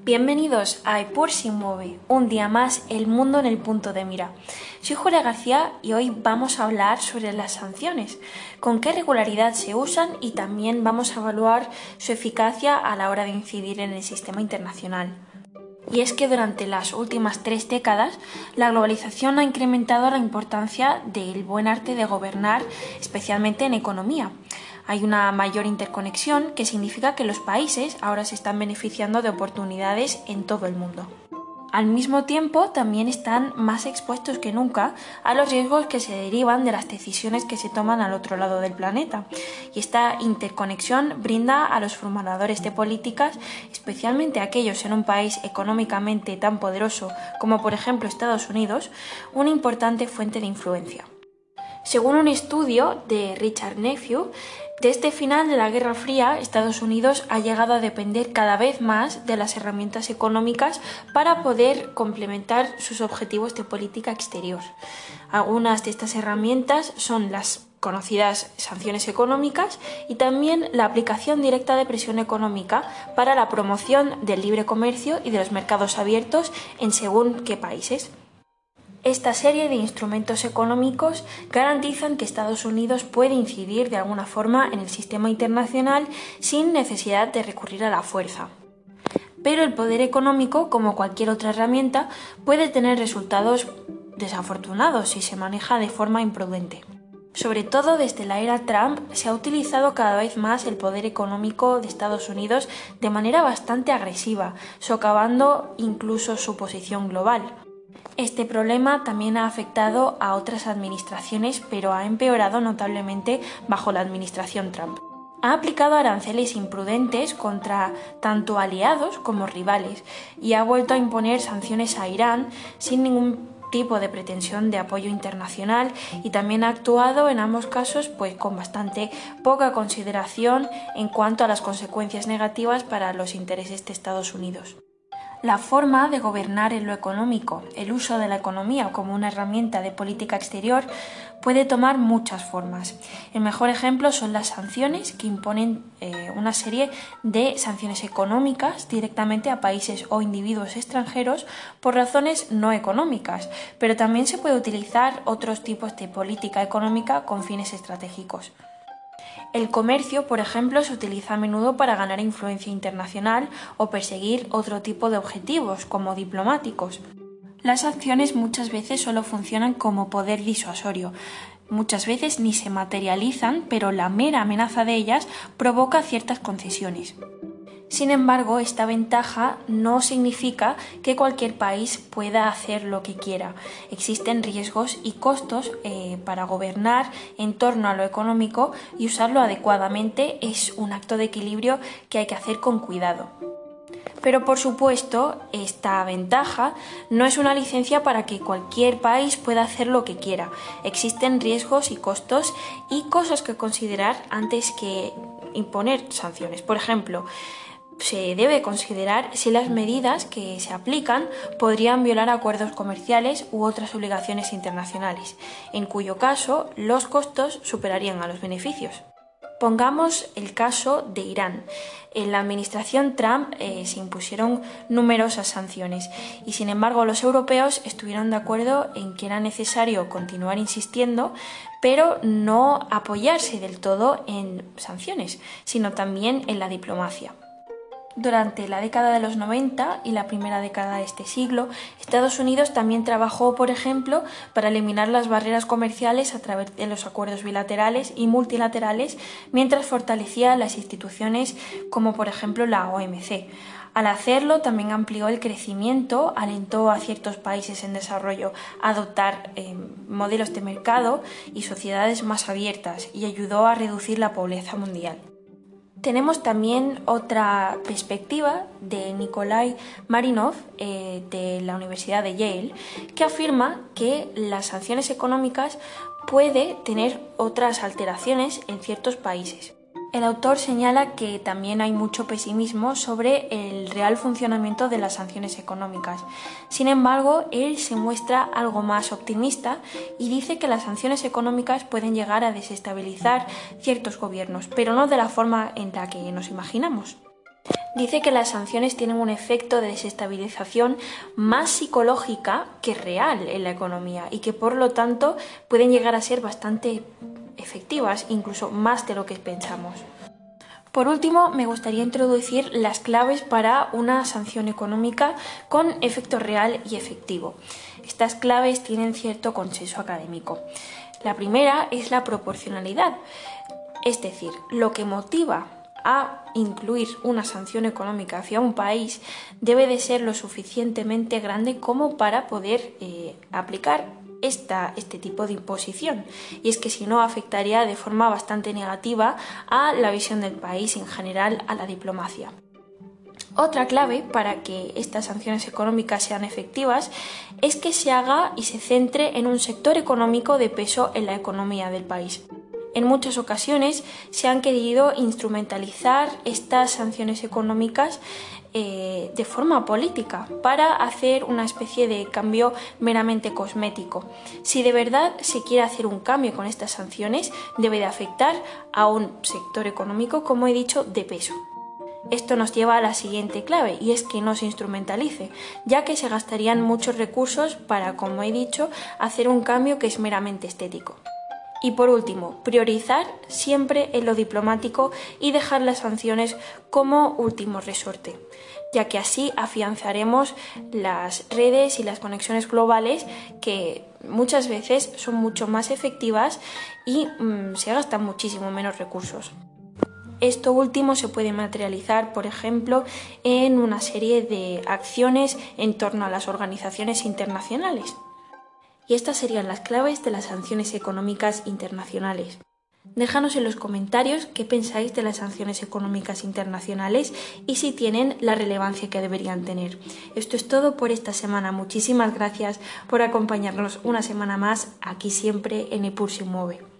Bienvenidos a EPUR se mueve, un día más el mundo en el punto de mira. Soy Julia García y hoy vamos a hablar sobre las sanciones, con qué regularidad se usan y también vamos a evaluar su eficacia a la hora de incidir en el sistema internacional. Y es que durante las últimas 3 décadas, la globalización ha incrementado la importancia del buen arte de gobernar, especialmente en economía. Hay una mayor interconexión que significa que los países ahora se están beneficiando de oportunidades en todo el mundo. Al mismo tiempo, también están más expuestos que nunca a los riesgos que se derivan de las decisiones que se toman al otro lado del planeta. Y esta interconexión brinda a los formuladores de políticas, especialmente aquellos en un país económicamente tan poderoso como por ejemplo Estados Unidos, una importante fuente de influencia. Según un estudio de Richard Nephew, desde el final de la Guerra Fría, Estados Unidos ha llegado a depender cada vez más de las herramientas económicas para poder complementar sus objetivos de política exterior. Algunas de estas herramientas son las conocidas sanciones económicas y también la aplicación directa de presión económica para la promoción del libre comercio y de los mercados abiertos en según qué países. Esta serie de instrumentos económicos garantizan que Estados Unidos puede incidir de alguna forma en el sistema internacional sin necesidad de recurrir a la fuerza. Pero el poder económico, como cualquier otra herramienta, puede tener resultados desafortunados si se maneja de forma imprudente. Sobre todo desde la era Trump se ha utilizado cada vez más el poder económico de Estados Unidos de manera bastante agresiva, socavando incluso su posición global. Este problema también ha afectado a otras administraciones, pero ha empeorado notablemente bajo la administración Trump. Ha aplicado aranceles imprudentes contra tanto aliados como rivales y ha vuelto a imponer sanciones a Irán sin ningún tipo de pretensión de apoyo internacional y también ha actuado en ambos casos con bastante poca consideración en cuanto a las consecuencias negativas para los intereses de Estados Unidos. La forma de gobernar en lo económico, el uso de la economía como una herramienta de política exterior, puede tomar muchas formas. El mejor ejemplo son las sanciones, que imponen una serie de sanciones económicas directamente a países o individuos extranjeros por razones no económicas, pero también se puede utilizar otros tipos de política económica con fines estratégicos. El comercio, por ejemplo, se utiliza a menudo para ganar influencia internacional o perseguir otro tipo de objetivos, como diplomáticos. Las sanciones muchas veces solo funcionan como poder disuasorio. Muchas veces ni se materializan, pero la mera amenaza de ellas provoca ciertas concesiones. Sin embargo, esta ventaja no significa que cualquier país pueda hacer lo que quiera. Existen riesgos y costos para gobernar en torno a lo económico y usarlo adecuadamente es un acto de equilibrio que hay que hacer con cuidado. Pero por supuesto, esta ventaja no es una licencia para que cualquier país pueda hacer lo que quiera. Existen riesgos y costos y cosas que considerar antes que imponer sanciones. Por ejemplo, se debe considerar si las medidas que se aplican podrían violar acuerdos comerciales u otras obligaciones internacionales, en cuyo caso los costos superarían a los beneficios. Pongamos el caso de Irán. En la administración Trump se impusieron numerosas sanciones y sin embargo los europeos estuvieron de acuerdo en que era necesario continuar insistiendo, pero no apoyarse del todo en sanciones, sino también en la diplomacia. Durante la década de los 90 y la primera década de este siglo, Estados Unidos también trabajó, por ejemplo, para eliminar las barreras comerciales a través de los acuerdos bilaterales y multilaterales, mientras fortalecía las instituciones como, por ejemplo, la OMC. Al hacerlo, también amplió el crecimiento, alentó a ciertos países en desarrollo a adoptar modelos de mercado y sociedades más abiertas y ayudó a reducir la pobreza mundial. Tenemos también otra perspectiva de Nikolai Marinov de la Universidad de Yale, que afirma que las sanciones económicas pueden tener otras alteraciones en ciertos países. El autor señala que también hay mucho pesimismo sobre el real funcionamiento de las sanciones económicas. Sin embargo, él se muestra algo más optimista y dice que las sanciones económicas pueden llegar a desestabilizar ciertos gobiernos, pero no de la forma en la que nos imaginamos. Dice que las sanciones tienen un efecto de desestabilización más psicológica que real en la economía y que por lo tanto pueden llegar a ser bastante efectivas, incluso más de lo que pensamos. Por último, me gustaría introducir las claves para una sanción económica con efecto real y efectivo. Estas claves tienen cierto consenso académico. La primera es la proporcionalidad, es decir, lo que motiva a incluir una sanción económica hacia un país debe de ser lo suficientemente grande como para poder aplicar este tipo de imposición, y es que si no afectaría de forma bastante negativa a la visión del país y en general a la diplomacia. Otra clave para que estas sanciones económicas sean efectivas es que se haga y se centre en un sector económico de peso en la economía del país. En muchas ocasiones se han querido instrumentalizar estas sanciones económicas de forma política para hacer una especie de cambio meramente cosmético. Si de verdad se quiere hacer un cambio con estas sanciones, debe de afectar a un sector económico, como he dicho, de peso. Esto nos lleva a la siguiente clave, y es que no se instrumentalice, ya que se gastarían muchos recursos para, como he dicho, hacer un cambio que es meramente estético. Y por último, priorizar siempre en lo diplomático y dejar las sanciones como último resorte, ya que así afianzaremos las redes y las conexiones globales que muchas veces son mucho más efectivas y se gastan muchísimo menos recursos. Esto último se puede materializar, por ejemplo, en una serie de acciones en torno a las organizaciones internacionales. Y estas serían las claves de las sanciones económicas internacionales. Déjanos en los comentarios qué pensáis de las sanciones económicas internacionales y si tienen la relevancia que deberían tener. Esto es todo por esta semana. Muchísimas gracias por acompañarnos una semana más aquí siempre en Epur se mueve.